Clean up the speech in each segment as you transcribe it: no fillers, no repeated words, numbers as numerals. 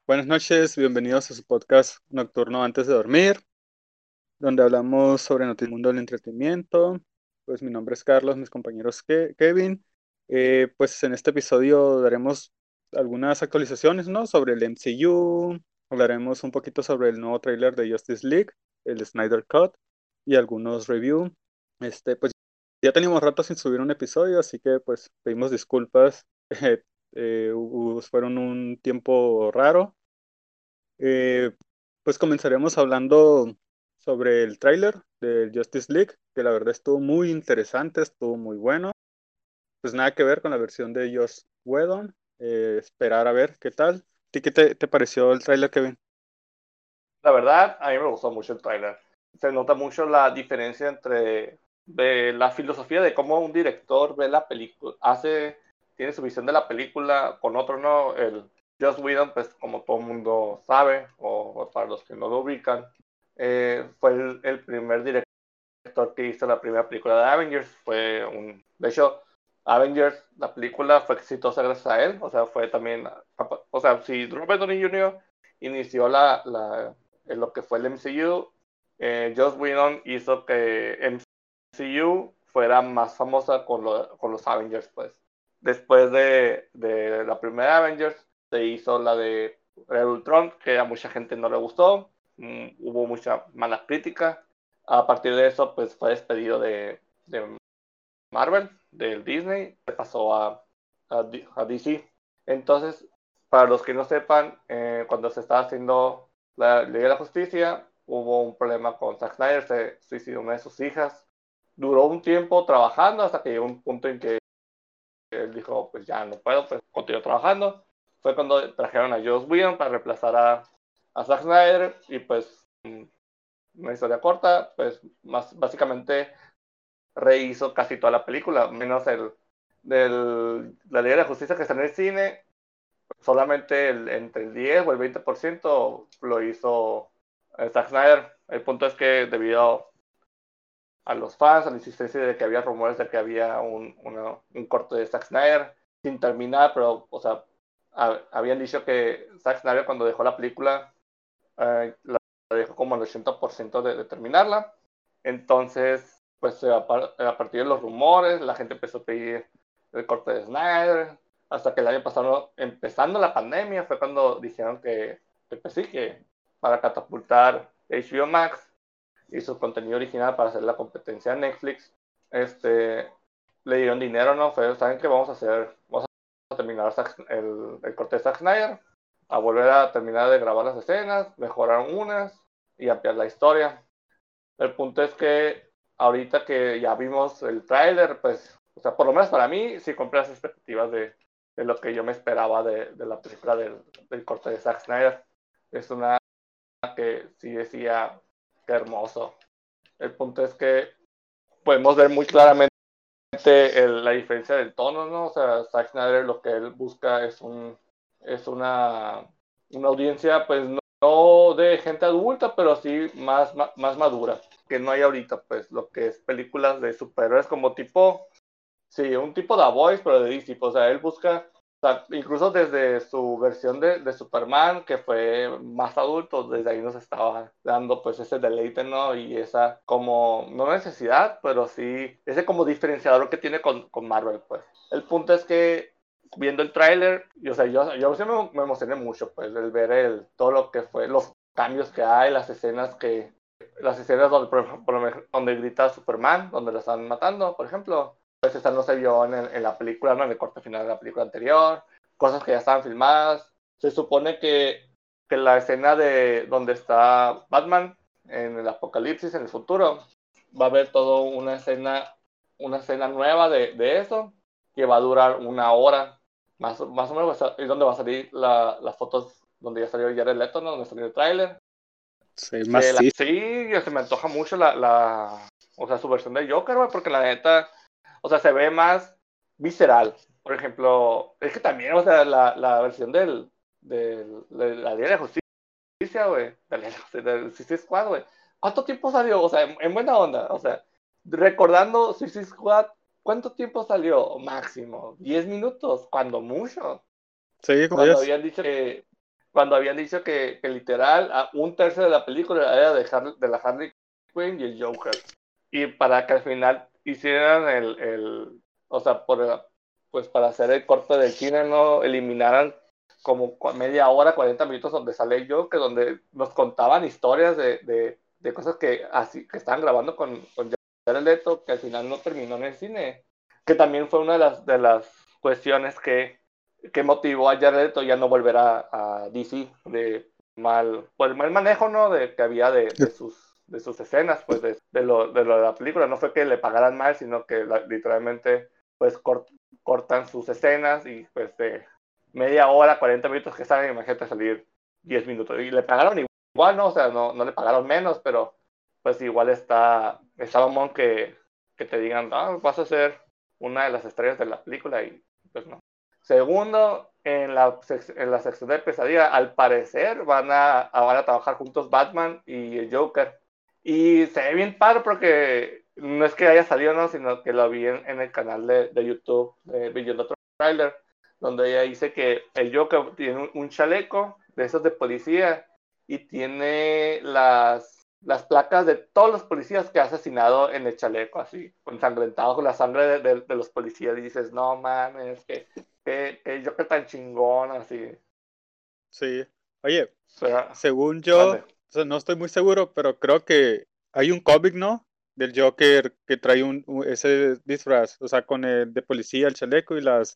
Buenas noches, bienvenidos a su podcast nocturno antes de dormir, donde hablamos sobre el mundo del entretenimiento. Pues mi nombre es Carlos, mis compañeros Kevin. Pues en este episodio daremos algunas actualizaciones, ¿no? Sobre el MCU, hablaremos un poquito sobre el nuevo tráiler de Justice League, el Snyder Cut y algunos reviews. Pues ya teníamos rato sin subir un episodio, así que pues pedimos disculpas. Fueron un tiempo raro. Eh, pues comenzaremos hablando sobre el tráiler del Justice League, que la verdad estuvo muy interesante, estuvo muy bueno. Pues nada que ver con la versión de Joss Whedon. Esperar a ver qué tal. ¿A ti qué te pareció el tráiler, Kevin? La verdad, a mí me gustó mucho el tráiler. Se nota mucho la diferencia entre la filosofía de cómo un director ve la película, tiene su visión de la película con otro, ¿no? El Joss Whedon, pues como todo el mundo sabe, o para los que no lo ubican, fue el primer director que hizo la primera película de Avengers. De hecho, Avengers, la película fue exitosa gracias a él. O sea, fue también, o sea, si Robert Downey Jr. inició en lo que fue el MCU, Joss Whedon hizo que MCU fuera más famosa con los Avengers, pues. Después de la primera Avengers, se hizo la de el Ultron, que a mucha gente no le gustó. Hubo mucha mala crítica. A partir de eso, pues fue despedido de Marvel, del Disney, se pasó a DC. Entonces, para los que no sepan, cuando se estaba haciendo la Ley de la Justicia, hubo un problema con Zack Snyder, se suicidó una de sus hijas. Duró un tiempo trabajando hasta que llegó un punto en que él dijo, pues ya no puedo, pues continuó trabajando. Fue cuando trajeron a Joss Whedon para reemplazar a Zack Snyder y pues una historia corta, pues básicamente rehizo casi toda la película, menos la Ley de la Justicia que está en el cine. Solamente entre el 10 o el 20% lo hizo Zack Snyder. El punto es que debido a los fans, a la insistencia de que había rumores de que había un corte de Zack Snyder sin terminar, pero, o sea, habían dicho que Zack Snyder cuando dejó la película la dejó como el 80% de terminarla. Entonces, pues a partir de los rumores, la gente empezó a pedir el corte de Snyder, hasta que el año pasado, empezando la pandemia, fue cuando dijeron que pues sí, que para catapultar HBO Max y su contenido original para hacer la competencia a Netflix, le dieron dinero, ¿no? Fue, ¿saben qué vamos a hacer? Vamos a terminar el corte de Zack Snyder, a volver a terminar de grabar las escenas, mejorar unas y ampliar la historia. El punto es que ahorita que ya vimos el tráiler, pues, o sea, por lo menos para mí, sí compré las expectativas de lo que yo me esperaba de la película del corte de Zack Snyder. Es una que sí decía, qué hermoso. El punto es que podemos ver muy claramente la diferencia del tono, ¿no? O sea, Zack Snyder lo que él busca es una audiencia, pues no de gente adulta, pero sí más madura, que no hay ahorita, pues lo que es películas de superhéroes como tipo, sí, un tipo de The Voice, pero de DC, pues, o sea, él busca, o sea, incluso desde su versión de Superman, que fue más adulto, desde ahí nos estaba dando pues ese deleite, ¿no? Y esa como, no necesidad, pero sí, ese como diferenciador que tiene con Marvel, pues. El punto es que viendo el tráiler, o sea, yo sí me emocioné mucho, pues, el ver todo lo que fue, los cambios que hay, las escenas donde grita Superman, donde lo están matando, por ejemplo, pues esta no se vio en la película, ¿no? En el corte final de la película anterior, cosas que ya estaban filmadas. Se supone que la escena de donde está Batman en el apocalipsis, en el futuro, va a haber toda una escena nueva de eso, que va a durar 1 hora, más o menos, es donde va a salir las fotos donde ya salió Jared Leto, ¿no? Donde salió el tráiler. Sí, más sí. Sí, se me antoja mucho o sea, su versión de Joker, güey, porque la neta, o sea, se ve más visceral. Por ejemplo, es que también, o sea, la versión de la Liga de Justicia, güey, del Suicide Squad, güey. ¿Cuánto tiempo salió? O sea, en buena onda, o sea, recordando Suicide Squad, ¿cuánto tiempo salió? Máximo, 10 minutos, cuando mucho. Sí, como Cuando ellos. habían dicho cuando habían dicho que literal un tercio de la película era de la Harley Quinn y el Joker. Y para que al final hicieran o sea, pues para hacer el corte del cine, ¿no? Eliminaran como media hora, 40 minutos donde sale el Joker, donde nos contaban historias de cosas que estaban grabando con Jared Leto, que al final no terminó en el cine. Que también fue una de las cuestiones que motivó a Jared Leto ya no volver a DC por el mal manejo, ¿no? Que había de sus escenas, pues de lo de la película. No fue que le pagaran mal, sino que literalmente pues cortan sus escenas y pues de media hora, 40 minutos que salen, imagínate salir 10 minutos. Y le pagaron igual, ¿no? O sea, no le pagaron menos, pero pues igual está mamón que te digan, vas a ser una de las estrellas de la película y pues no. Segundo, en la sección de pesadilla, al parecer van a trabajar juntos Batman y el Joker. Y se ve bien padre porque no es que haya salido, no, sino que lo vi en el canal de YouTube de Beyond the Trailer, donde ella dice que el Joker tiene un chaleco de esos de policía y tiene las placas de todos los policías que ha asesinado en el chaleco, así, ensangrentado con la sangre de los policías. Y dices, no mames, que Joker tan chingón, así. Sí. Oye, Pero, según yo, mande. o sea, no estoy muy seguro, pero creo que hay un cómic, ¿no? Del Joker que trae ese disfraz, o sea, con el de policía, el chaleco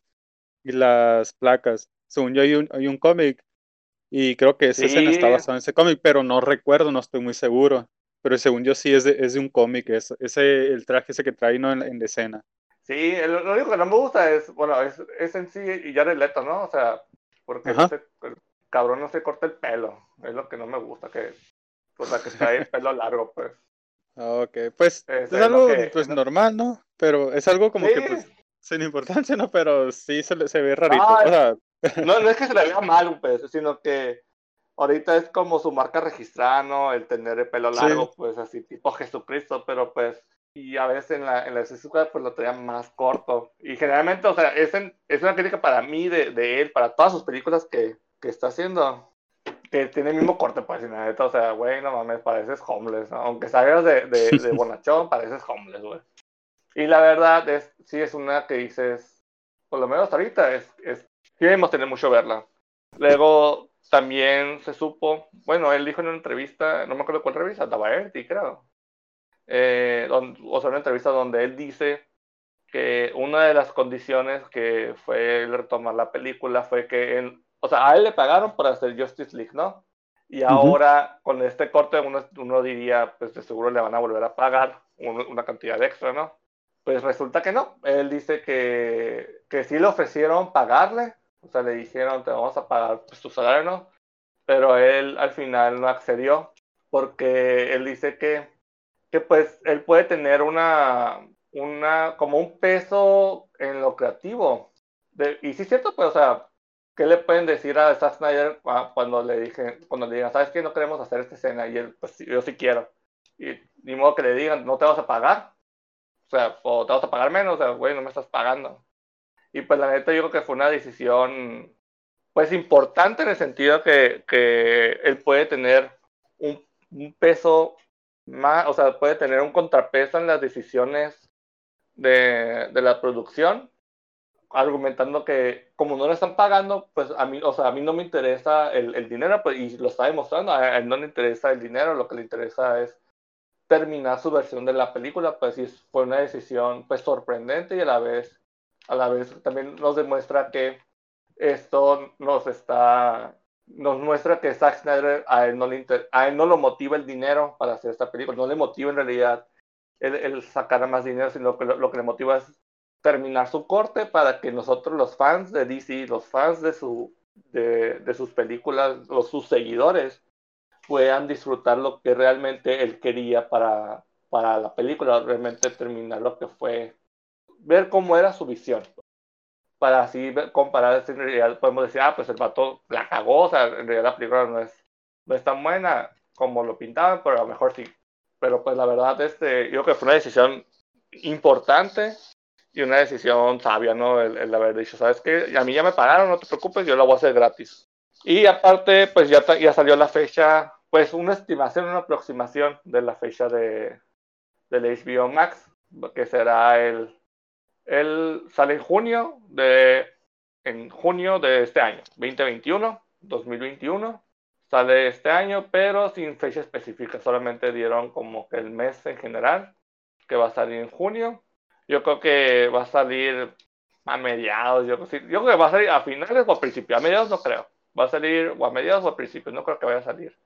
y las placas. Según yo, hay un cómic y creo que esa escena está Sí, basada en ese cómic, pero no recuerdo, no estoy muy seguro. Pero según yo, sí es de un cómic, el traje ese que trae, ¿no? En la escena. sí, lo único que no me gusta es, bueno, es en sí y Jared Leto, ¿no? O sea, porque no Ajá. sé, el cabrón no se corta el pelo, es lo que no me gusta, o sea, que trae el pelo largo, pues. Ok, pues es Es lo algo que, pues normal, ¿no? Pero es algo sí, como que pues sin importancia, ¿no? Pero sí se ve rarito. no, O sea, no es que se le vea mal, pues, sino que ahorita es como su marca registrada, ¿no? El tener el pelo sí, largo, pues así tipo Jesucristo, pero pues, y a veces en la estética pues lo tenía más corto. Y generalmente, o sea, es una crítica para mí de él, para todas sus películas que está haciendo, que tiene el mismo corte, pues, y la neta, o sea, güey, no mames, pareces homeless, ¿no? Aunque salgas de bonachón, pareces homeless, güey. Y la verdad sí es una que dices, por lo menos ahorita, sí debemos tener mucho verla. Luego también se supo, bueno, él dijo en una entrevista, no me acuerdo cuál revista, Variety, creo, o sea, una entrevista donde él dice que una de las condiciones que fue el retomar la película fue que o sea, a él le pagaron por hacer Justice League, ¿no? Y ujú, ahora con este corte uno diría, pues de seguro le van a volver a pagar una cantidad extra, ¿no? Pues resulta que no. Él dice que sí le ofrecieron pagarle, o sea, le dijeron, te vamos a pagar pues, tu salario, ¿no? Pero él al final no accedió porque él dice que pues él puede tener como un peso en lo creativo. Y sí es cierto, pues, o sea, ¿qué le pueden decir a Zack Snyder cuando le digan, ¿sabes qué? No queremos hacer esta escena y él, pues yo sí quiero. Y ni modo que le digan, no te vas a pagar, o sea, o te vas a pagar menos, o sea, güey, no me estás pagando. Y pues la neta yo creo que fue una decisión, pues importante en el sentido que él puede tener un peso más, o sea, puede tener un contrapeso en las decisiones de la producción, argumentando que como no le están pagando, pues a mí, o sea, a mí no me interesa el dinero, pues, y lo está demostrando, a él no le interesa el dinero, lo que le interesa es terminar su versión de la película, pues sí fue una decisión pues sorprendente y a la vez también nos demuestra que esto nos muestra que Zack Snyder a él no lo motiva el dinero para hacer esta película, no le motiva en realidad el sacar más dinero, sino que lo que le motiva es terminar su corte para que nosotros los fans de DC, los fans de sus películas, sus seguidores, puedan disfrutar lo que realmente él quería para la película, realmente terminar lo que fue, ver cómo era su visión para así comparar si en realidad podemos decir, pues el vato la cagó, o sea, en realidad la película no es tan buena como lo pintaban, pero a lo mejor sí. Pero pues la verdad, yo creo que fue una decisión importante y una decisión sabia, ¿no? El haber dicho, ¿sabes qué? A mí ya me pagaron, no te preocupes, yo la voy a hacer gratis. Y aparte, pues ya salió la fecha, pues una estimación, una aproximación de la fecha del HBO Max, que será sale en junio de este año, 2021, sale este año, pero sin fecha específica, solamente dieron como que el mes en general, que va a salir en junio. Yo creo que va a salir a mediados, yo creo que va a salir a finales o a principios, a mediados no creo, va a salir o a mediados o a principios, no creo que vaya a salir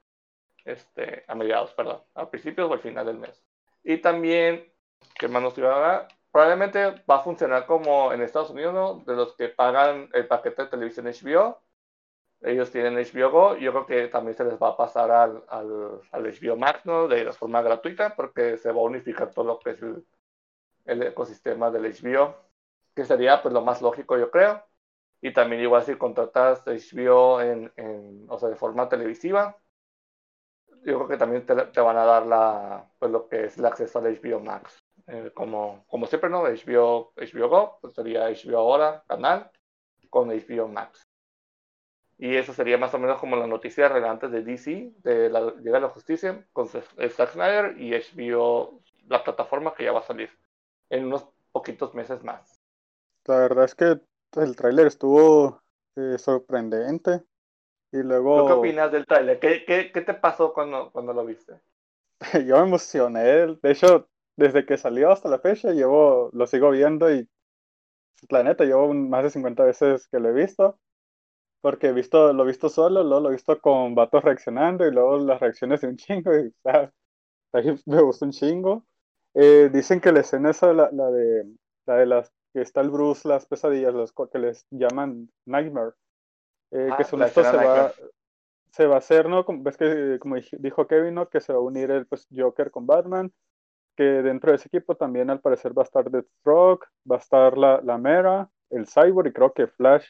a mediados, perdón, a principios o al final del mes. Y también, que más nos iba a dar, probablemente va a funcionar como en Estados Unidos, ¿no? De los que pagan el paquete de televisión HBO, ellos tienen HBO Go, yo creo que también se les va a pasar al HBO Max, ¿no? De forma gratuita, porque se va a unificar todo lo que es el ecosistema del HBO, que sería pues lo más lógico, yo creo. Y también igual si contratas HBO o sea, de forma televisiva, yo creo que también te van a dar pues lo que es el acceso al HBO Max. Como siempre, ¿no? HBO Go, pues sería HBO ahora, canal, con HBO Max. Y eso sería más o menos como las noticias relevantes de DC, de la Liga de la Justicia, con Zack Snyder y HBO, la plataforma que ya va a salir en unos poquitos meses más. La verdad es que el tráiler estuvo sorprendente y ¿Tú qué luego opinas del tráiler? ¿Qué te pasó cuando lo viste? yo me emocioné. De hecho, desde que salió hasta la fecha, lo sigo viendo y la neta, llevo más de 50 veces que lo he visto, porque lo he visto solo, luego lo he visto con vatos reaccionando y luego las reacciones de un chingo y ahí me gustó un chingo. Dicen que la escena esa, la de las que está el Bruce, las pesadillas, que les llaman Nightmare, que Ajá, son la esto escena Nightmare. se va a hacer, ¿no? Ves que, como dijo Kevin, ¿no? Que se va a unir el pues, Joker con Batman, que dentro de ese equipo también al parecer va a estar Deathstroke, va a estar la Mera, el Cyborg y creo que Flash.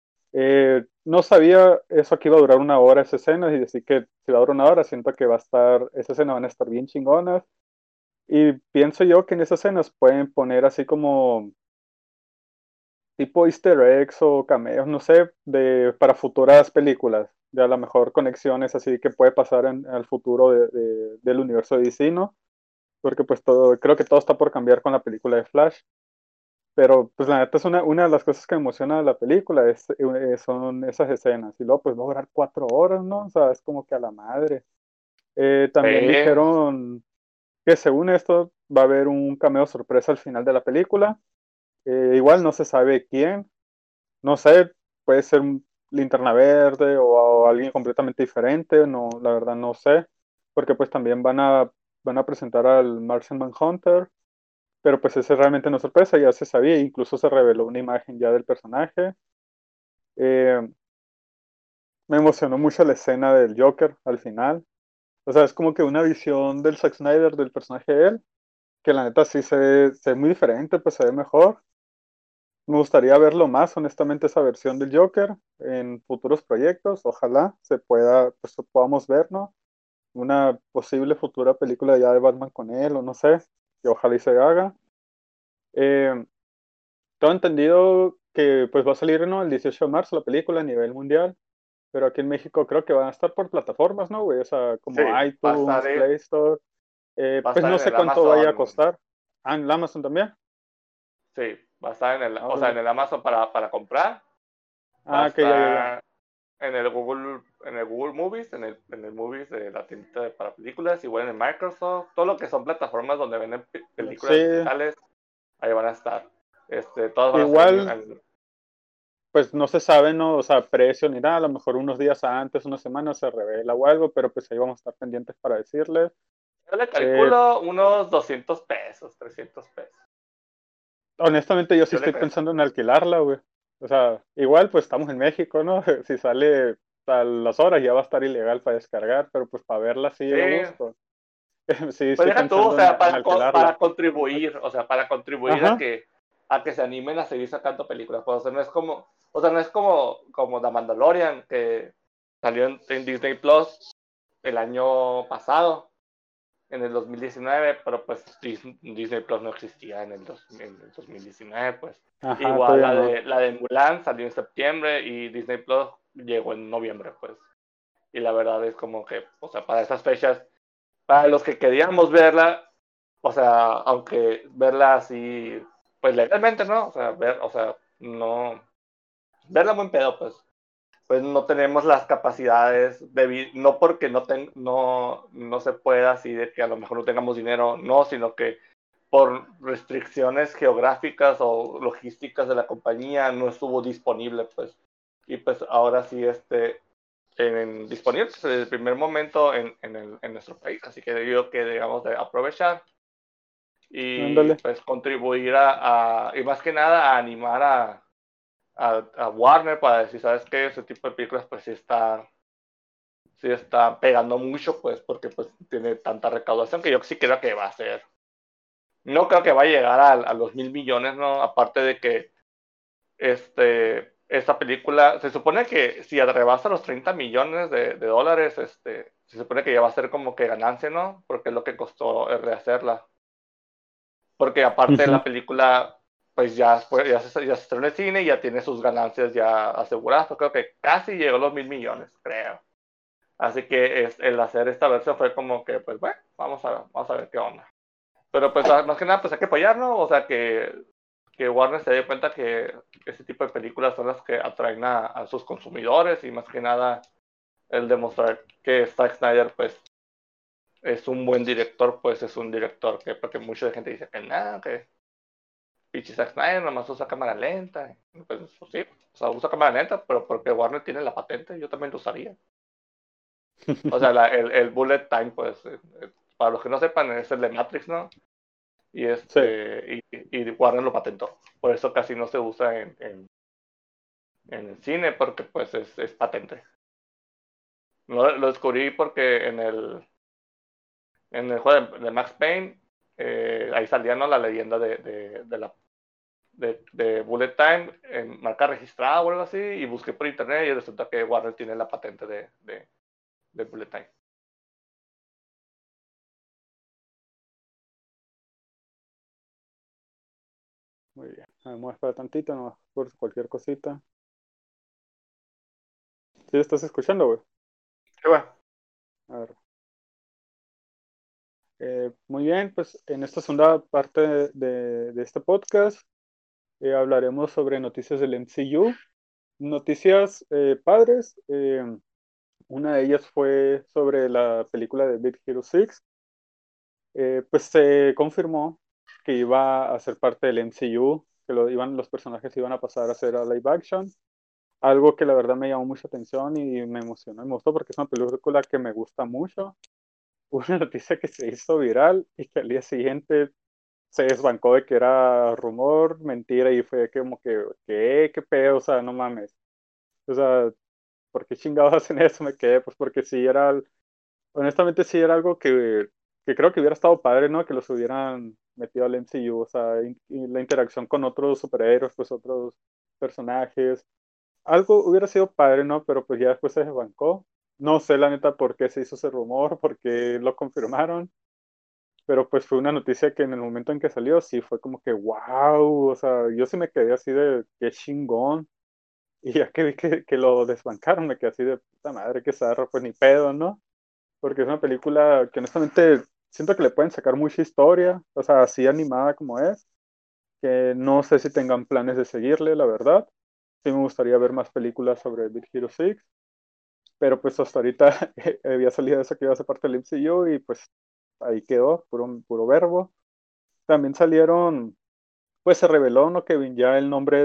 No sabía eso que iba a durar una hora esa escena y decir que si va a durar una hora, siento que esa escena van a estar bien chingonas. Y pienso yo que en esas escenas pueden poner así como tipo easter eggs o cameos, no sé, para futuras películas. De a lo mejor conexiones así que puede pasar al futuro del universo de DC, ¿no? Porque pues creo que todo está por cambiar con la película de Flash. Pero pues la neta es una de las cosas que me emociona de la película, son esas escenas. Y luego pues va a durar 4 horas, ¿no? O sea, es como que a la madre. También Sí, dijeron que según esto va a haber un cameo sorpresa al final de la película. Igual no se sabe quién, no sé, puede ser un Linterna Verde o alguien completamente diferente, no, la verdad no sé, porque pues también van a presentar al Martian Manhunter, pero pues ese realmente no es sorpresa, ya se sabía, incluso se reveló una imagen ya del personaje. Eh, Me emocionó mucho la escena del Joker al final, o sea, es como que una visión del Zack Snyder del personaje de él, que la neta sí se ve muy diferente, pues se ve mejor. Me gustaría verlo más, honestamente, esa versión del Joker en futuros proyectos. Ojalá pues podamos ver, ¿no? Una posible futura película ya de Batman con él, o no sé, que ojalá y se haga. Eh, Tengo entendido que pues va a salir, ¿no? El 18 de marzo la película a nivel mundial, pero aquí en México creo que van a estar por plataformas, ¿no, güey? O sea, sí, como iTunes, Play Store. va a Pues estar no en sé el cuánto vaya a Amazon. costar. Ah, en el Amazon también. Sí, va a estar o sea, Órale. en el Amazon para comprar, va a Ah, que ya. estar en el Google Movies, en el Movies de la tienda para películas, igual en el Microsoft, todo lo que son plataformas donde venden Sí, películas digitales, ahí van a estar. Todas van a estar igual pues no se sabe, ¿no? O sea, precio ni nada, a lo mejor unos días antes, una semana se revela o algo, pero pues ahí vamos a estar pendientes para decirles. yo le Eh, calculo unos 200 pesos, 300 pesos. Honestamente, yo sí Yo le estoy calculo. pensando en alquilarla, güey. O sea, igual pues estamos en México, ¿no? Si sale a las horas ya va a estar ilegal para descargar, pero pues para verla sí Sí, a gusto. Sí, pues estoy deja tú, o pensando sea, en para alquilarla. contribuir, o sea, para contribuir a Ajá, que se animen a seguir sacando películas. Pues, o sea, no es como The Mandalorian, que salió en Disney Plus el año pasado, en el 2019, pero pues Disney Plus no existía en el 2019, pues. ajá, Igual todavía la no. de, la de Mulan salió en septiembre y Disney Plus llegó en noviembre, pues. Y la verdad es como que, o sea, para esas fechas, para los que queríamos verla, o sea, aunque verla así, pues legalmente, ¿no? O sea, o sea, no, verla muy pedo, pues no tenemos las capacidades no porque no se pueda así de que a lo mejor no tengamos dinero, no, sino que por restricciones geográficas o logísticas de la compañía no estuvo disponible, pues. Y pues ahora sí disponible pues, desde el primer momento en nuestro país. Así que digo que debemos de aprovechar y Ándale. pues contribuir y más que nada a animar a Warner para decir, ¿sabes qué? Ese tipo de películas pues sí está pegando mucho, pues porque pues tiene tanta recaudación que yo sí creo que va a ser. No creo que va a llegar a los 1,000 millones, ¿no? Aparte de que esta película, se supone que si rebasa los 30 millones de dólares, se supone que ya va a ser como que ganancia, ¿no? Porque es lo que costó rehacerla. Porque aparte de Ujú. la película, pues ya se estrenó en el cine y ya tiene sus ganancias ya aseguradas. Creo que casi llegó a los 1,000 millones, creo. Así que el hacer esta versión fue como que, pues bueno, vamos a ver qué onda. Pero pues más que nada, pues hay que apoyar, ¿no? O sea, que Warner se dé cuenta que ese tipo de películas son las que atraen a sus consumidores y más que nada el demostrar que Zack Snyder, pues, es un buen director, pues es un director porque mucha gente dice que nada, que pinche Zack Snyder nomás usa cámara lenta. Pues sí, o sea, usa cámara lenta, pero porque Warner tiene la patente, yo también lo usaría. O sea, el bullet time, pues, para los que no sepan, es el de Matrix, ¿no? Y, Sí. y Warner lo patentó. Por eso casi no se usa en el cine, porque pues es patente. Lo descubrí porque en el juego de Max Payne, ahí salía, ¿no?, la leyenda de Bullet Time en marca registrada o algo así, y busqué por internet y resulta que Warner tiene la patente de Bullet Time. Muy bien. Vamos a esperar tantito, no por cualquier cosita. ¿Sí estás escuchando, güey? Y bueno, A ver. Muy bien, pues en esta segunda parte de este podcast hablaremos sobre noticias del MCU. Noticias padres. Una de ellas fue sobre la película de Big Hero 6. Pues se confirmó que iba a ser parte del MCU, que los personajes iban a pasar a ser a live action. Algo que la verdad me llamó mucha atención y me emocionó y me gustó porque es una película que me gusta mucho. Una noticia que se hizo viral y que al día siguiente se desbancó de que era rumor, mentira, y fue como que, ¿qué pedo? O sea, no mames. O sea, ¿por qué chingados hacen eso? Me quedé, pues porque sí era, honestamente sí era algo que creo que hubiera estado padre, ¿no? Que los hubieran metido al MCU, o sea, y la interacción con otros superhéroes, pues otros personajes. Algo hubiera sido padre, ¿no? Pero pues ya después se desbancó. No sé la neta por qué se hizo ese rumor, por qué lo confirmaron, pero pues fue una noticia que en el momento en que salió sí fue como que wow, o sea, yo sí me quedé así de qué chingón. Y ya que vi que lo desbancaron, me quedé así de puta madre, qué zarro, pues ni pedo, ¿no? Porque es una película que honestamente siento que le pueden sacar mucha historia, o sea, así animada como es, que no sé si tengan planes de seguirle, la verdad. Sí me gustaría ver más películas sobre Big Hero 6, pero pues hasta ahorita había salido eso que iba a ser parte del MCU y pues ahí quedó, puro verbo. También salieron, pues se reveló, ¿no? Que ya el nombre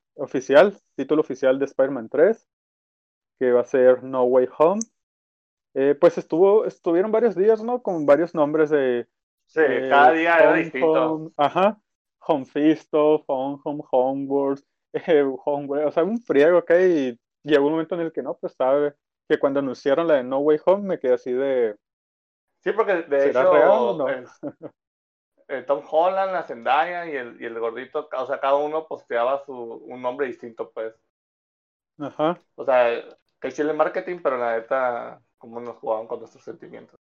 título oficial de Spider-Man 3, que va a ser No Way Home. Pues estuvieron varios días, ¿no? Con varios nombres de sí, cada día era Phone distinto. Home, ajá, Home Fisto, Phone Home, Homeworld, Homeway, o sea, un friego, ¿ok? Y llegó un momento en el que no, pues sabe que cuando anunciaron la de No Way Home me quedé así de, Sí, porque de ¿será real o hecho no? Tom Holland, la Zendaya y el gordito, o sea, cada uno posteaba un nombre distinto, pues. Ajá. O sea, que hicieron el marketing, pero la neta, cómo nos jugaban con nuestros sentimientos.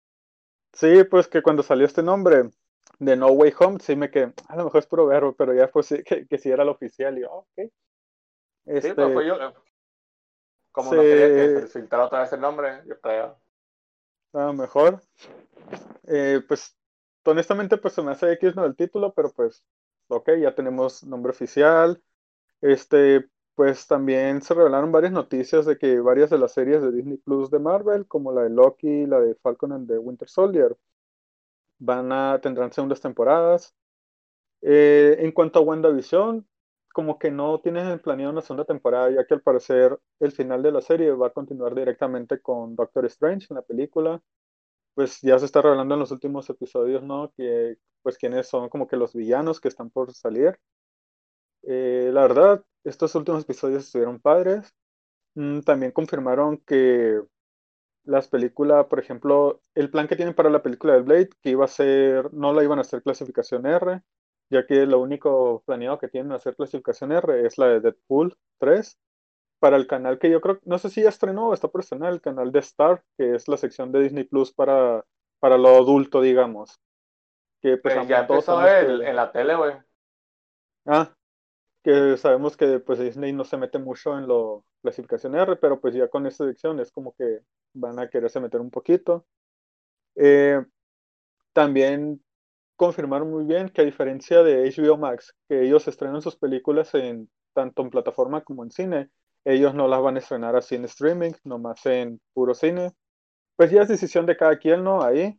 Sí, pues que cuando salió este nombre de No Way Home, sí me quedé, a lo mejor es puro verbo, pero ya pues sí, que sí era el oficial y yo, ok. Sí, pero Este, como no quería que se se les filtrara otra vez el nombre, yo creo. a lo mejor, pues honestamente pues se me hace X no el título, pero pues ok, ya tenemos nombre oficial. Pues también se revelaron varias noticias de que varias de las series de Disney Plus de Marvel, como la de Loki, la de Falcon and the Winter Soldier, tendrán segundas temporadas. En cuanto a WandaVision, como que no tienen planeado una segunda temporada, ya que al parecer el final de la serie va a continuar directamente con Doctor Strange en la película. Pues ya se está revelando en los últimos episodios, ¿no? Que pues quiénes son como que los villanos que están por salir. La verdad, estos últimos episodios estuvieron padres. También confirmaron que las películas, por ejemplo, el plan que tienen para la película de Blade, que iba a ser, no la iban a hacer clasificación R, ya que lo único planeado que tienen hacer clasificación R es la de Deadpool 3, para el canal que yo creo, no sé si ya estrenó o está por estrenar, el canal de Star, que es la sección de Disney Plus para lo adulto, digamos, que pues Ya todos empezó sabemos que, en la tele, güey. ah, que sabemos que pues Disney no se mete mucho en lo clasificación R, pero pues ya con esta sección es como que van a quererse meter un poquito. Eh, También confirmaron muy bien que a diferencia de HBO Max, que ellos estrenan sus películas en tanto en plataforma como en cine, ellos no las van a estrenar así en streaming, nomás en puro cine. Pues ya es decisión de cada quien, ¿no? Ahí.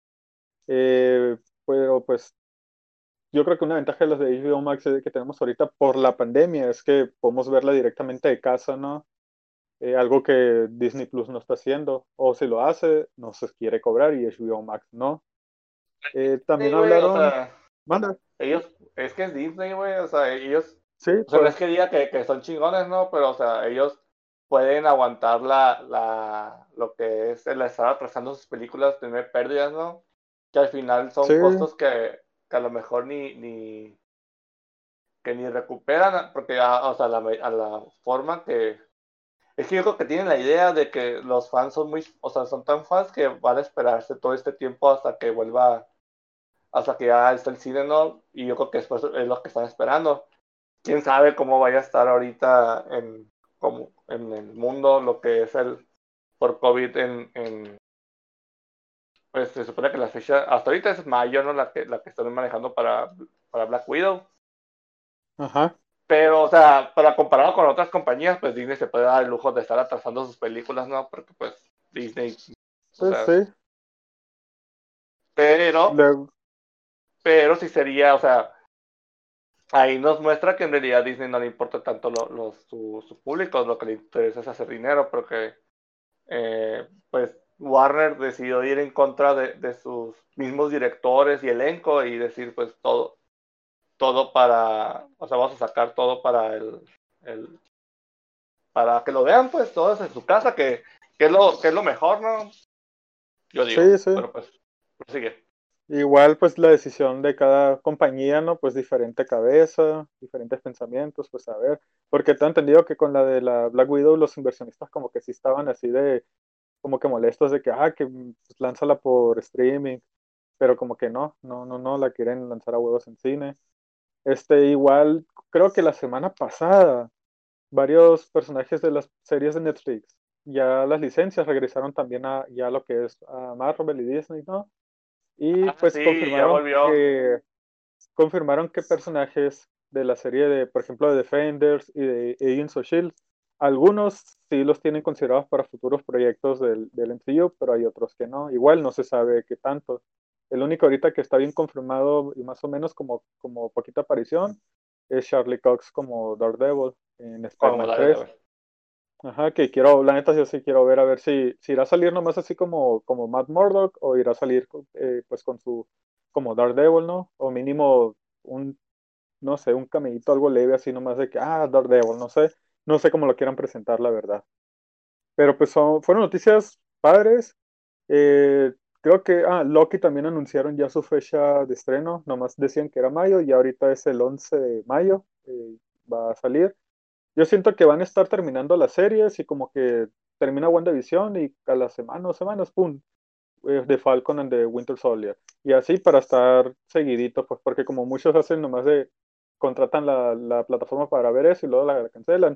Pero pues yo creo que una ventaja de las de HBO Max que tenemos ahorita por la pandemia es que podemos verla directamente de casa, ¿no? Algo que Disney Plus no está haciendo, o si lo hace, no se quiere cobrar y HBO Max no. Sí, También güey, o hablaron, sea, manda, ellos, es que es Disney, güey, o sea, ellos, sí, o sea, no es pues, que diga que son chingones, ¿no? Pero, o sea, ellos pueden aguantar lo que es el estar atrasando sus películas, tener pérdidas, ¿no? Que al final sí, son costos que a lo mejor que ni recuperan, porque, o sea, a la forma que, es que yo creo que tienen la idea de que los fans son muy, o sea, son tan fans que van a esperarse todo este tiempo hasta que vuelva, hasta que ya está el cine, ¿no? Y yo creo que después es lo que están esperando. Quién sabe cómo vaya a estar ahorita como, en el mundo lo que es el por COVID pues se supone que la fecha, hasta ahorita es mayo, ¿no? La que están manejando para Black Widow. ajá, Pero, o sea, para comparado con otras compañías, pues Disney se puede dar el lujo de estar atrasando sus películas, ¿no? Porque pues Disney, o pues sea, sí. pero, Luego, pero sí sería, o sea, ahí nos muestra que en realidad a Disney no le importa tanto su público, lo que le interesa es hacer dinero, porque pues Warner decidió ir en contra de sus mismos directores y elenco y decir pues todo para, o sea, vamos a sacar todo para el para que lo vean pues todos en su casa, que es lo mejor, ¿no? Yo sí, digo, sí. pero pues sigue. Igual, pues la decisión de cada compañía, ¿no? Pues diferente cabeza, diferentes pensamientos, pues a ver. Porque te he entendido que con la de la Black Widow, los inversionistas como que sí estaban así de, como que molestos de que, pues, lánzala por streaming, pero como que no, la quieren lanzar a huevos en cine. Igual, creo que la semana pasada, varios personajes de las series de Netflix, ya las licencias regresaron también a ya lo que es a Marvel y Disney, ¿no? Y Ah, pues sí, ya volvió. confirmaron que personajes de la serie de, por ejemplo, de Defenders y de Agents of Shield, algunos sí los tienen considerados para futuros proyectos del MCU, pero hay otros que no. Igual no se sabe qué tanto. El único ahorita que está bien confirmado y más o menos como poquita aparición es Charlie Cox como Daredevil en Como Spider-Man dale de 3. ver. Ajá, que quiero, la neta yo sí quiero ver a ver si irá a salir nomás así como Matt Murdock o irá a salir pues con su como Daredevil, ¿no? O mínimo un, no sé, un camellito algo leve así nomás de que, Daredevil, no sé cómo lo quieran presentar, la verdad. Pero pues fueron noticias padres. Creo que, Loki también anunciaron ya su fecha de estreno, nomás decían que era mayo y ahorita es el 11 de mayo, va a salir. Yo siento que van a estar terminando las series y como que termina WandaVision y a las semanas, 2 semanas, ¡pum! De Falcon and the Winter Soldier. Y así para estar seguidito, pues porque como muchos hacen nomás de contratan la plataforma para ver eso y luego la cancelan.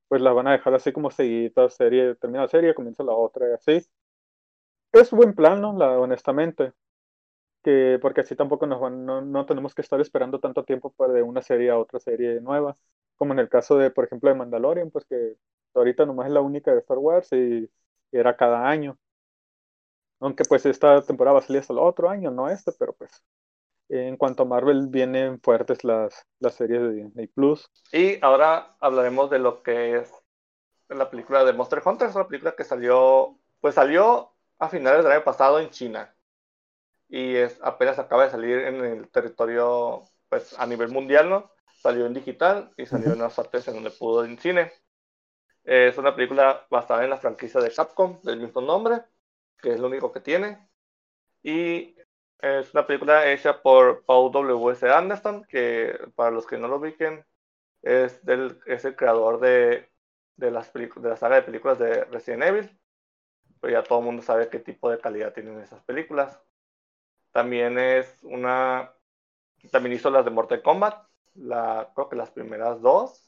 pues la van a dejar así como seguidita, serie, termina la serie, comienza la otra y así. Es buen plan, ¿no? Honestamente, que porque así tampoco no tenemos que estar esperando tanto tiempo para de una serie a otra serie nueva, como en el caso de, por ejemplo, de Mandalorian, pues que ahorita nomás es la única de Star Wars y era cada año. Aunque pues esta temporada va a salir hasta el otro año, no este, pero pues en cuanto a Marvel vienen fuertes las series de Disney Plus. Y ahora hablaremos de lo que es la película de Monster Hunter. Es una película que salió a finales del año pasado en China. Y apenas acaba de salir en el territorio, pues a nivel mundial, ¿no? Salió en digital y salió en las partes en donde pudo en cine. Es una película basada en la franquicia de Capcom del mismo nombre, que es lo único que tiene. Y es una película hecha por Paul W.S. Anderson, que para los que no lo ubiquen, es el creador de la saga de películas de Resident Evil. Pero ya todo el mundo sabe qué tipo de calidad tienen esas películas. También también hizo las de Mortal Kombat, creo que las primeras dos.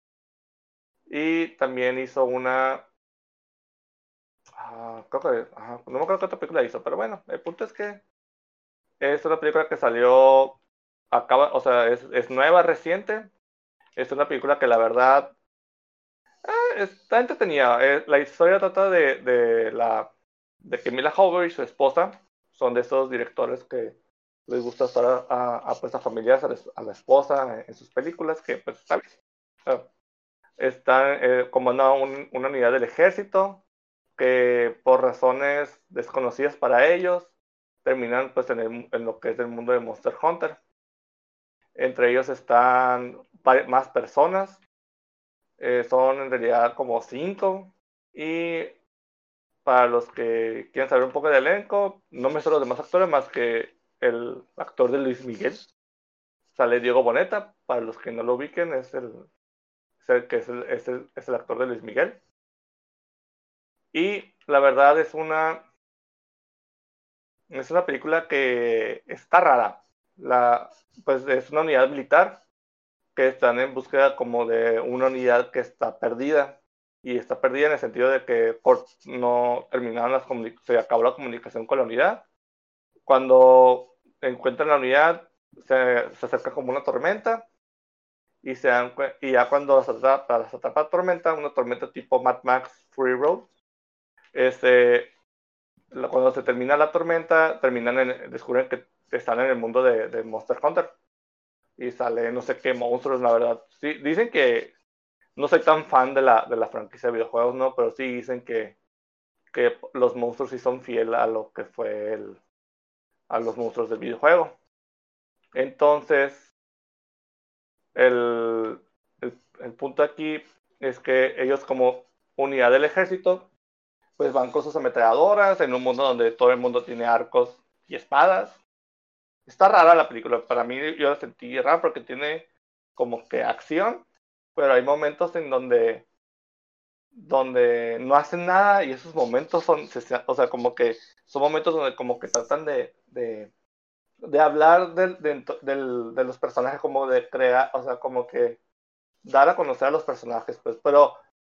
Y también hizo creo que, no me acuerdo qué otra película hizo, pero bueno, el punto es que es una película que salió, o sea, es nueva, reciente. Es una película que la verdad está entretenida. La historia trata de que Mila Jovovich y su esposa son de esos directores que les gusta estar pues, a familiares, a la esposa en sus películas, que pues, ¿sabes? Están comandando una unidad del ejército que por razones desconocidas para ellos terminan pues en lo que es el mundo de Monster Hunter. Entre ellos están más personas, son en realidad como 5. Y para los que quieren saber un poco del elenco, no me sé los demás actores más que el actor de Luis Miguel. Sale Diego Boneta, para los que no lo ubiquen, es el actor de Luis Miguel. Y la verdad es una película que está rara. Pues es una unidad militar que están en búsqueda como de una unidad que está perdida. Y está perdida en el sentido de que no terminaron se acabó la comunicación con la unidad. Cuando encuentran la unidad, se acerca como una tormenta. Y ya cuando las atrapa la tormenta, una tormenta tipo Mad Max Fury Road, este, cuando se termina la tormenta, descubren que están en el mundo de Monster Hunter. Y sale no sé qué monstruos, la verdad. Sí, dicen que no soy tan fan de la franquicia de videojuegos, ¿no? Pero sí dicen que los monstruos sí son fieles a lo que fue a los monstruos del videojuego. Entonces, el, el punto aquí es que ellos como unidad del ejército, pues van con sus ametralladoras en un mundo donde todo el mundo tiene arcos y espadas. Está rara la película, para mí yo la sentí rara porque tiene como que acción, pero hay momentos en donde no hacen nada y esos momentos o sea, como que son momentos donde como que tratan de hablar de los personajes, como de crear, o sea, como que dar a conocer a los personajes, pues, pero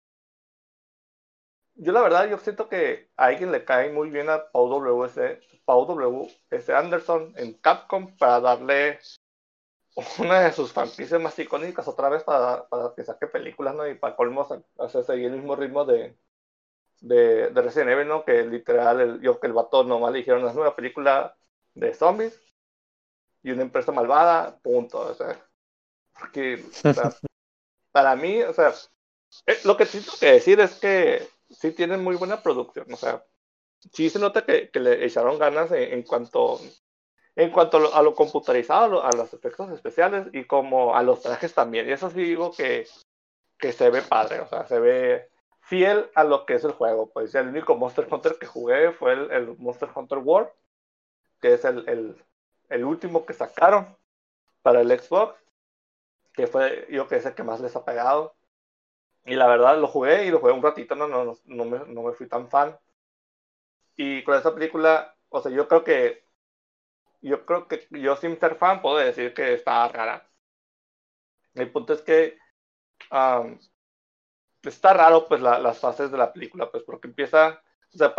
yo la verdad, yo siento que a alguien le cae muy bien a Paul W.S. Anderson en Capcom para darle una de sus franquicias más icónicas otra vez para que saque películas, ¿no? Y para colmo hacer seguir el mismo ritmo de Resident Evil, ¿no? Que literal, que el vato nomás le dijeron una nueva película de zombies y una empresa malvada, punto. O sea, porque, o sea, para mí, o sea, lo que tengo que decir es que sí tienen muy buena producción, o sea, sí se nota que le echaron ganas en cuanto a lo computarizado, a los efectos especiales y como a los trajes también. Y eso sí digo que se ve padre, o sea, se ve fiel a lo que es el juego. Pues el único Monster Hunter que jugué fue el Monster Hunter World, que es el último que sacaron para el Xbox, que fue yo que es el que más les ha pegado. Y la verdad lo jugué un ratito, no me fui tan fan. Y con esa película, o sea, yo creo que yo sin ser fan puedo decir que está rara. El punto es que um, está raro, pues, las fases de la película, pues, porque empieza, o sea,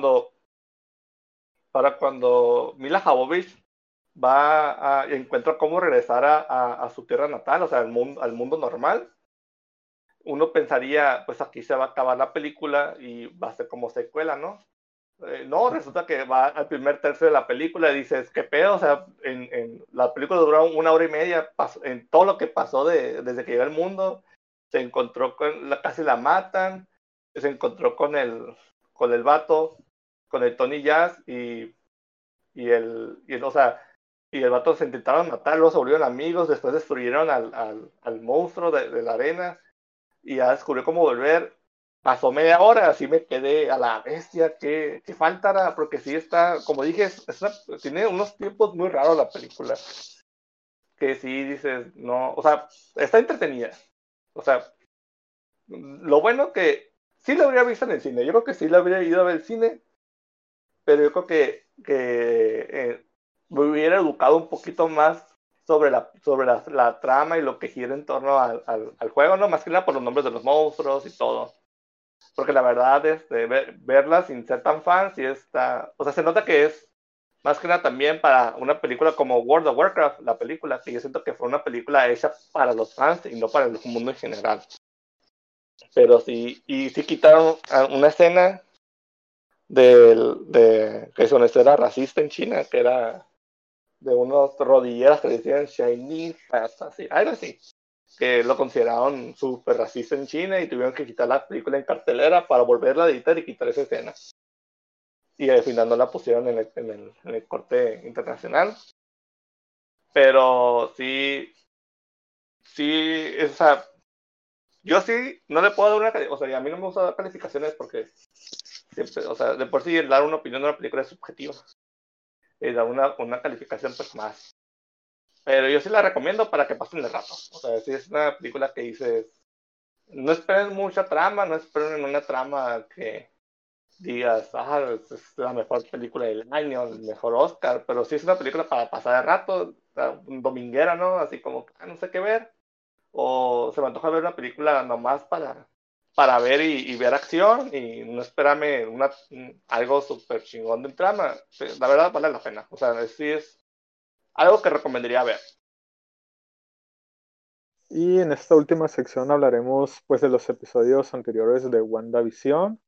para cuando Mila Jovovich va a encuentra cómo regresar a su tierra natal, o sea, al mundo normal, uno pensaría, pues aquí se va a acabar la película y va a ser como secuela, ¿no? No, resulta que va al primer tercio de la película y dices, ¿qué pedo? O sea, la película duró 1 hora y media, en todo lo que pasó desde que llegó al mundo, se encontró casi la matan, se encontró con el vato, con el Tony Jazz o sea, y el vato se intentaron matar, luego se volvieron amigos, después destruyeron al monstruo de la arena y ya descubrió cómo volver. Pasó media hora, así me quedé a la bestia, que faltará, porque sí está, como dije, tiene unos tiempos muy raros la película, que sí dices, no, o sea, está entretenida, o sea, lo bueno que sí la habría visto en el cine, yo creo que sí la habría ido a ver al cine, pero yo creo que me hubiera educado un poquito más sobre la trama y lo que gira en torno al juego, ¿no? Más que nada por los nombres de los monstruos y todo. Porque la verdad, verla sin ser tan fan, sí está. O sea, se nota que es más que nada también para una película como World of Warcraft, la película, que yo siento que fue una película hecha para los fans y no para el mundo en general. Pero sí, y sí quitaron una escena que son era racista en China, que era de unos rodilleras que decían Chinese, así, algo así, que lo consideraron súper racista en China y tuvieron que quitar la película en cartelera para volverla a editar y quitar esa escena. Y al final no la pusieron en el corte internacional. Pero sí, sí, o sea, yo sí no le puedo dar una calificación, o sea, a mí no me gusta dar calificaciones porque siempre, o sea, de por sí dar una opinión de una película es subjetiva. Y dar una calificación pues más. Pero yo sí la recomiendo para que pasen el rato. O sea, sí es una película que dices, no esperen mucha trama, no esperen una trama que digas, es la mejor película del año, el mejor Oscar, pero sí es una película para pasar el rato, dominguera, ¿no? Así como, no sé qué ver, o se me antoja ver una película nomás para ver y ver acción y no esperarme algo súper chingón de trama. La verdad vale la pena, o sea, sí es algo que recomendaría ver. Y en esta última sección hablaremos pues de los episodios anteriores de WandaVision.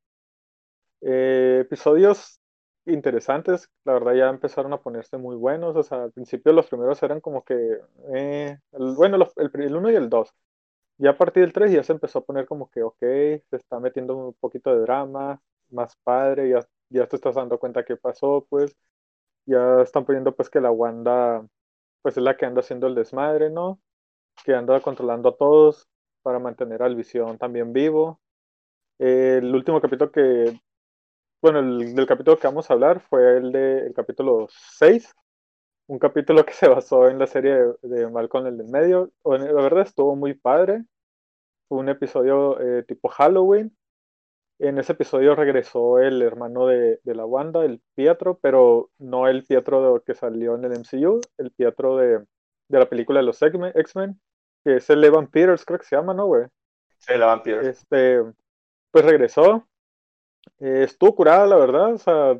Episodios interesantes, la verdad ya empezaron a ponerse muy buenos, o sea, al principio los primeros eran como que, bueno, el 1 y el 2, ya a partir del 3 ya se empezó a poner como que, ok, se está metiendo un poquito de drama, más padre, ya te estás dando cuenta qué pasó, pues, ya están poniendo pues que la Wanda, pues es la que anda haciendo el desmadre, ¿no? Que anda controlando a todos para mantener al Visión también vivo. El último capítulo bueno, el del capítulo que vamos a hablar fue el capítulo 6, un capítulo que se basó en la serie de Malcolm el del medio. La verdad estuvo muy padre, fue un episodio tipo Halloween. En ese episodio regresó el hermano de la Wanda, el Pietro, pero no el Pietro que salió en el MCU, el Pietro de la película de los X-Men, que es el Evan Peters, creo que se llama, ¿no, güey? Sí, la Vampire. Este, pues regresó, estuvo curada, la verdad, o sea,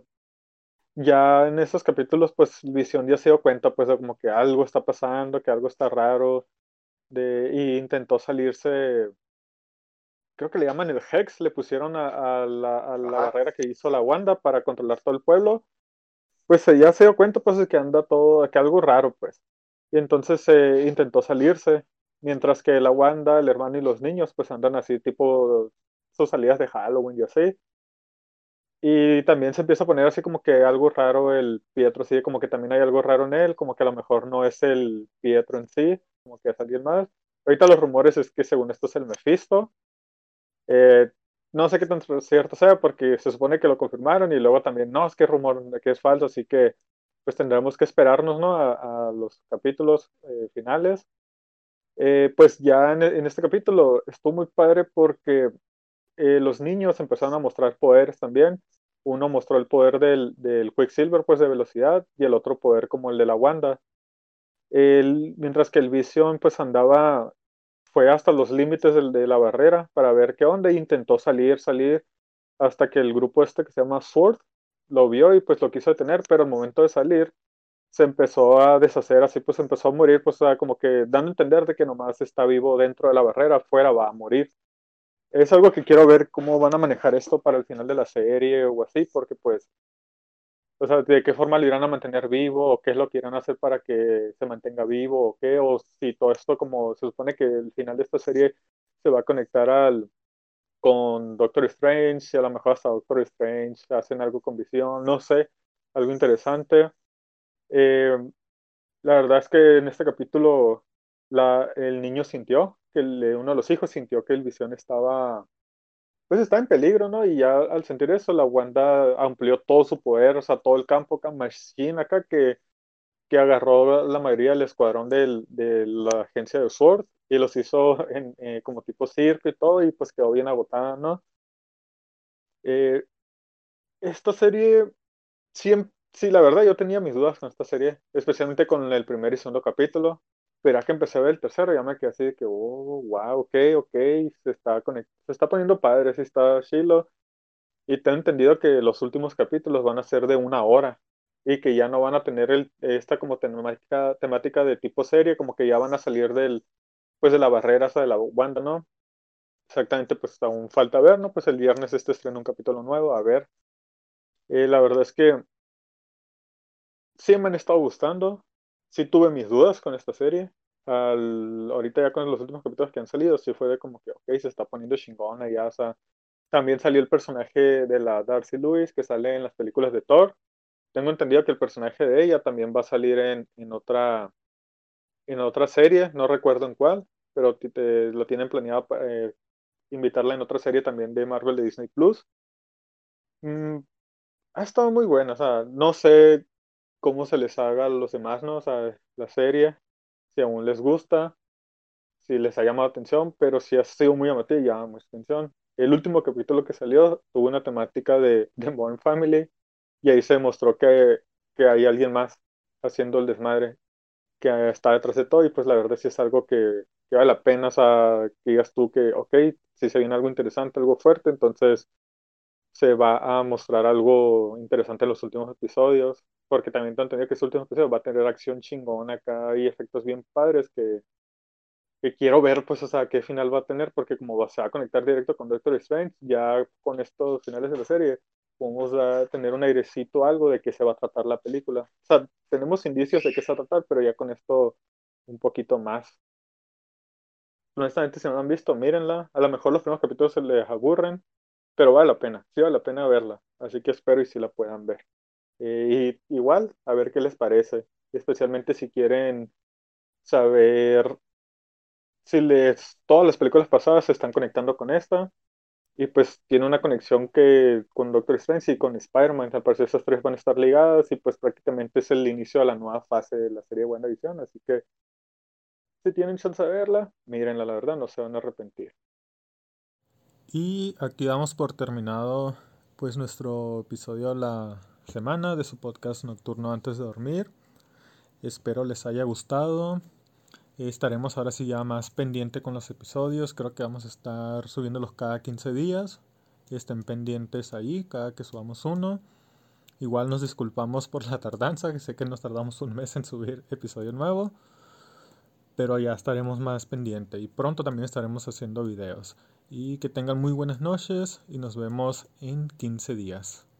ya en esos capítulos, pues Visión ya se dio cuenta, pues, de como que algo está pasando, que algo está raro, y intentó salirse, creo que le llaman el Hex, le pusieron a la Ajá. barrera que hizo la Wanda para controlar todo el pueblo, pues ya se dio cuenta, pues, de que anda todo, que algo raro, pues, y entonces intentó salirse, mientras que la Wanda, el hermano y los niños, pues, andan así, tipo, sus salidas de Halloween y así. Y también se empieza a poner así como que algo raro el Pietro, así como que también hay algo raro en él, como que a lo mejor no es el Pietro en sí, como que es alguien más. Ahorita los rumores es que según esto es el Mephisto. Eh, no sé qué tan cierto sea porque se supone que lo confirmaron y luego también no, es que es rumor, que es falso, así que pues tendremos que esperarnos, ¿no? A los capítulos finales. Pues ya en este capítulo estuvo muy padre porque los niños empezaron a mostrar poderes también. Uno mostró el poder del Quicksilver, pues de velocidad, y el otro poder como el de la Wanda. Mientras que el Vision pues andaba fue hasta los límites de la barrera para ver qué onda e intentó salir, hasta que el grupo este que se llama Sword lo vio y pues lo quiso detener, pero al momento de salir se empezó a deshacer, así pues empezó a morir, pues o sea, como que dando a entender de que nomás está vivo dentro de la barrera, afuera va a morir. Es algo que quiero ver cómo van a manejar esto para el final de la serie o así, porque pues, o sea, de qué forma lo irán a mantener vivo o qué es lo que irán a hacer para que se mantenga vivo o qué, o si todo esto como se supone que el final de esta serie se va a conectar con Doctor Strange, y a lo mejor hasta Doctor Strange hacen algo con visión, no sé, algo interesante. Eh, la verdad es que en este capítulo el niño sintió, uno de los hijos sintió que el visión estaba, pues está en peligro, ¿no? Y ya al sentir eso, la Wanda amplió todo su poder, o sea, todo el campo Machine acá que agarró la mayoría del escuadrón de la agencia de Sword y los hizo como tipo circo y todo, y pues quedó bien agotada, ¿no? Eh, esta serie, sí, la verdad, yo tenía mis dudas con esta serie, especialmente con el primer y segundo capítulo. Pero ya que empecé a ver el tercero, ya me quedé así de que, oh, wow, ok, se está poniendo padre, sí está chilo. Y tengo entendido que los últimos capítulos van a ser de 1 hora y que ya no van a tener esta como temática de tipo serie, como que ya van a salir pues de la barrera esa de la Wanda, ¿no? Exactamente, pues aún falta ver, ¿no? Pues el viernes estrena un capítulo nuevo, a ver. La verdad es que sí me han estado gustando. Sí tuve mis dudas con esta serie. Ahorita ya con los últimos capítulos que han salido, sí fue de como que, ok, se está poniendo chingona ya. O sea, también salió el personaje de la Darcy Lewis que sale en las películas de Thor. Tengo entendido que el personaje de ella también va a salir en otra serie, no recuerdo en cuál, pero lo tienen planeado invitarla en otra serie también de Marvel de Disney Plus. Mm, ha estado muy buena, o sea, no sé cómo se les haga a los demás, ¿no? O sea, la serie, si aún les gusta, si les ha llamado atención, pero si ha sido muy llamativo y llama mucha atención. El último capítulo que salió tuvo una temática de Modern Family y ahí se demostró que hay alguien más haciendo el desmadre que está detrás de todo y pues la verdad sí es algo que vale la pena, o sea, que digas tú que, ok, si se viene algo interesante, algo fuerte, entonces se va a mostrar algo interesante en los últimos episodios, porque también te entendido que este último episodio va a tener acción chingona acá y efectos bien padres que quiero ver, pues, o sea, qué final va a tener, porque como se va a conectar directo con Doctor Strange, ya con estos finales de la serie, vamos a tener un airecito, algo de qué se va a tratar la película. O sea, tenemos indicios de qué se va a tratar, pero ya con esto un poquito más. Honestamente, si no la han visto, mírenla. A lo mejor los primeros capítulos se les aburren, pero vale la pena, sí vale la pena verla. Así que espero y si la puedan ver. Y igual, a ver qué les parece, especialmente si quieren saber si todas las películas pasadas se están conectando con esta, y pues tiene una conexión que con Doctor Strange y con Spider-Man, al parecer esas tres van a estar ligadas y pues prácticamente es el inicio de la nueva fase de la serie de WandaVision, así que si tienen chance de verla, mírenla, la verdad, no se van a arrepentir. Y aquí damos por terminado pues nuestro episodio de la semana de su podcast nocturno antes de dormir. Espero les haya gustado. Estaremos ahora sí ya más pendiente con los episodios. Creo que vamos a estar subiéndolos cada 15 días. Estén pendientes ahí cada que subamos uno. Igual nos disculpamos por la tardanza, que sé que nos tardamos un mes en subir episodio nuevo. Pero ya estaremos más pendiente y pronto también estaremos haciendo videos. Y que tengan muy buenas noches y nos vemos en 15 días.